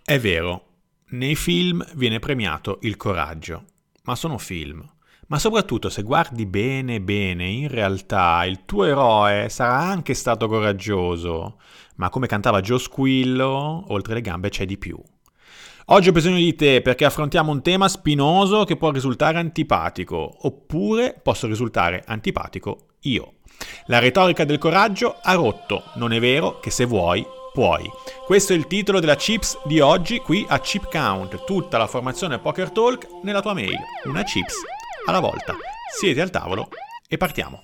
È vero, nei film viene premiato il coraggio, ma sono film. Ma soprattutto se guardi bene bene, in realtà il tuo eroe sarà anche stato coraggioso, ma come cantava Joe Squillo, oltre le gambe c'è di più. Oggi ho bisogno di te perché affrontiamo un tema spinoso che può risultare antipatico, oppure posso risultare antipatico io. La retorica del coraggio ha rotto, non è vero che se vuoi, puoi. Questo è il titolo della Chips di oggi qui a Chip Count, tutta la formazione Poker Talk nella tua mail, una Chips alla volta. Siete al tavolo e partiamo.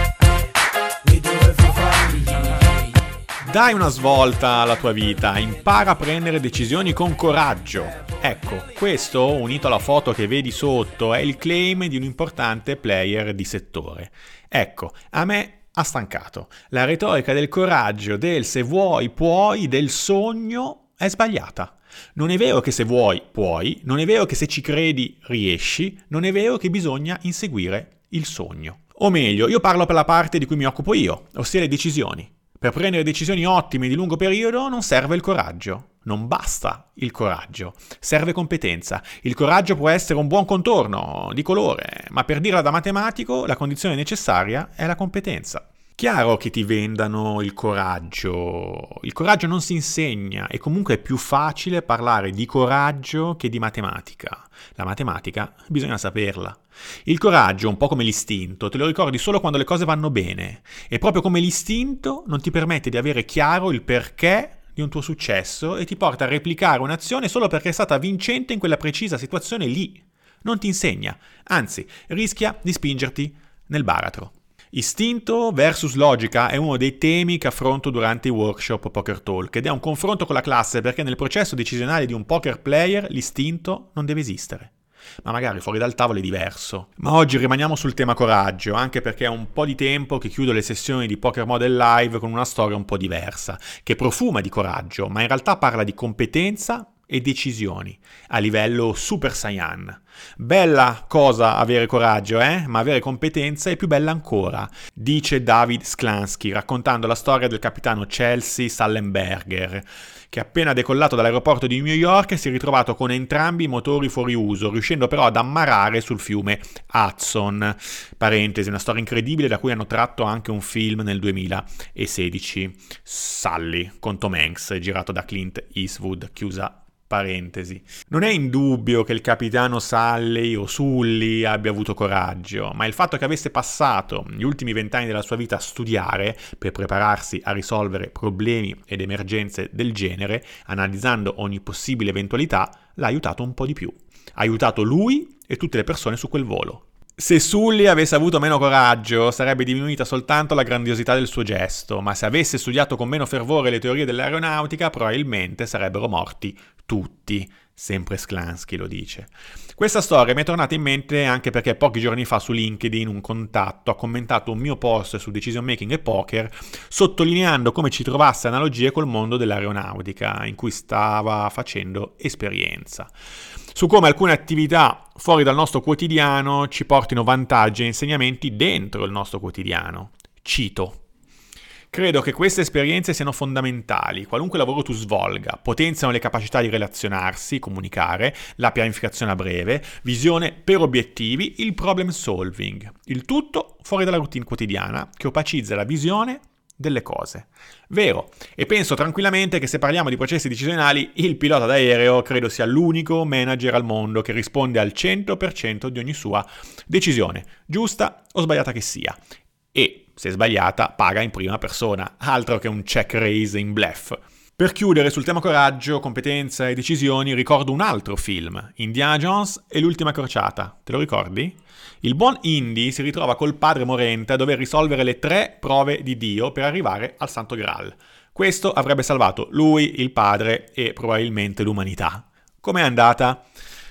Dai una svolta alla tua vita, impara a prendere decisioni con coraggio. Ecco, questo, unito alla foto che vedi sotto, è il claim di un importante player di settore. Ecco, a me ha stancato. La retorica del coraggio, del se vuoi puoi, del sogno, è sbagliata. Non è vero che se vuoi puoi, non è vero che se ci credi riesci, non è vero che bisogna inseguire il sogno. O meglio, io parlo per la parte di cui mi occupo io, ossia le decisioni. Per prendere decisioni ottime di lungo periodo non serve il coraggio, non basta il coraggio, serve competenza. Il coraggio può essere un buon contorno di colore, ma per dirla da matematico la condizione necessaria è la competenza. Chiaro che ti vendano il coraggio non si insegna e comunque è più facile parlare di coraggio che di matematica. La matematica bisogna saperla. Il coraggio, un po' come l'istinto, te lo ricordi solo quando le cose vanno bene e proprio come l'istinto non ti permette di avere chiaro il perché di un tuo successo e ti porta a replicare un'azione solo perché è stata vincente in quella precisa situazione lì. Non ti insegna, anzi rischia di spingerti nel baratro. Istinto versus logica è uno dei temi che affronto durante i workshop Poker Talk ed è un confronto con la classe perché nel processo decisionale di un poker player l'istinto non deve esistere. Ma magari fuori dal tavolo è diverso. Ma oggi rimaniamo sul tema coraggio, anche perché è un po' di tempo che chiudo le sessioni di Poker Model Live con una storia un po' diversa, che profuma di coraggio, ma in realtà parla di competenza e decisioni a livello Super Saiyan. Bella cosa avere coraggio, ma avere competenza è più bella ancora, dice David Sklansky raccontando la storia del capitano Chelsea Sullenberger, che appena decollato dall'aeroporto di New York si è ritrovato con entrambi i motori fuori uso, riuscendo però ad ammarrare sul fiume Hudson. Parentesi, una storia incredibile da cui hanno tratto anche un film nel 2016, Sully, con Tom Hanks, girato da Clint Eastwood, chiusa parentesi. Non è indubbio che il capitano Sully o Sully abbia avuto coraggio, ma il fatto che avesse passato gli ultimi 20 anni della sua vita a studiare per prepararsi a risolvere problemi ed emergenze del genere, analizzando ogni possibile eventualità, l'ha aiutato un po' di più. Ha aiutato lui e tutte le persone su quel volo. Se Sully avesse avuto meno coraggio, sarebbe diminuita soltanto la grandiosità del suo gesto, ma se avesse studiato con meno fervore le teorie dell'aeronautica, probabilmente sarebbero morti tutti. Sempre Sklansky lo dice. Questa storia mi è tornata in mente anche perché pochi giorni fa su LinkedIn un contatto ha commentato un mio post su decision making e poker, sottolineando come ci trovasse analogie col mondo dell'aeronautica, in cui stava facendo esperienza. Su come alcune attività fuori dal nostro quotidiano ci portino vantaggi e insegnamenti dentro il nostro quotidiano. Cito: credo che queste esperienze siano fondamentali, qualunque lavoro tu svolga, potenziano le capacità di relazionarsi, comunicare, la pianificazione a breve, visione per obiettivi, il problem solving. Il tutto fuori dalla routine quotidiana che opacizza la visione delle cose. Vero, e penso tranquillamente che se parliamo di processi decisionali, il pilota d'aereo credo sia l'unico manager al mondo che risponde al 100% di ogni sua decisione, giusta o sbagliata che sia. E, se sbagliata, paga in prima persona, altro che un check raise in bluff. Per chiudere sul tema coraggio, competenza e decisioni, ricordo un altro film, Indiana Jones e l'ultima crociata. Te lo ricordi? Il buon Indy si ritrova col padre morente a dover risolvere le 3 prove di Dio per arrivare al Santo Graal. Questo avrebbe salvato lui, il padre e probabilmente l'umanità. Com'è andata?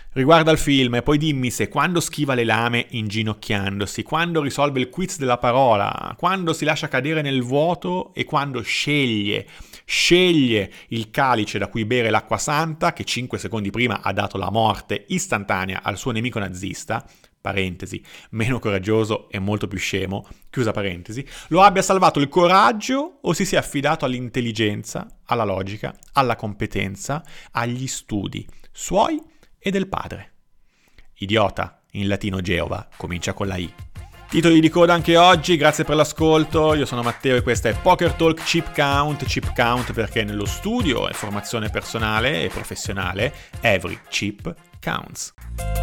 Riguarda il film e poi dimmi se quando schiva le lame inginocchiandosi, quando risolve il quiz della parola, quando si lascia cadere nel vuoto e quando sceglie il calice da cui bere l'acqua santa che 5 secondi prima ha dato la morte istantanea al suo nemico nazista, parentesi, meno coraggioso e molto più scemo, chiusa parentesi, lo abbia salvato il coraggio o si sia affidato all'intelligenza, alla logica, alla competenza, agli studi suoi e del padre. Idiota, in latino Geova, comincia con la I. Titoli di coda anche oggi, grazie per l'ascolto, io sono Matteo e questa è Poker Talk Chip Count perché nello studio e formazione personale e professionale, every chip counts.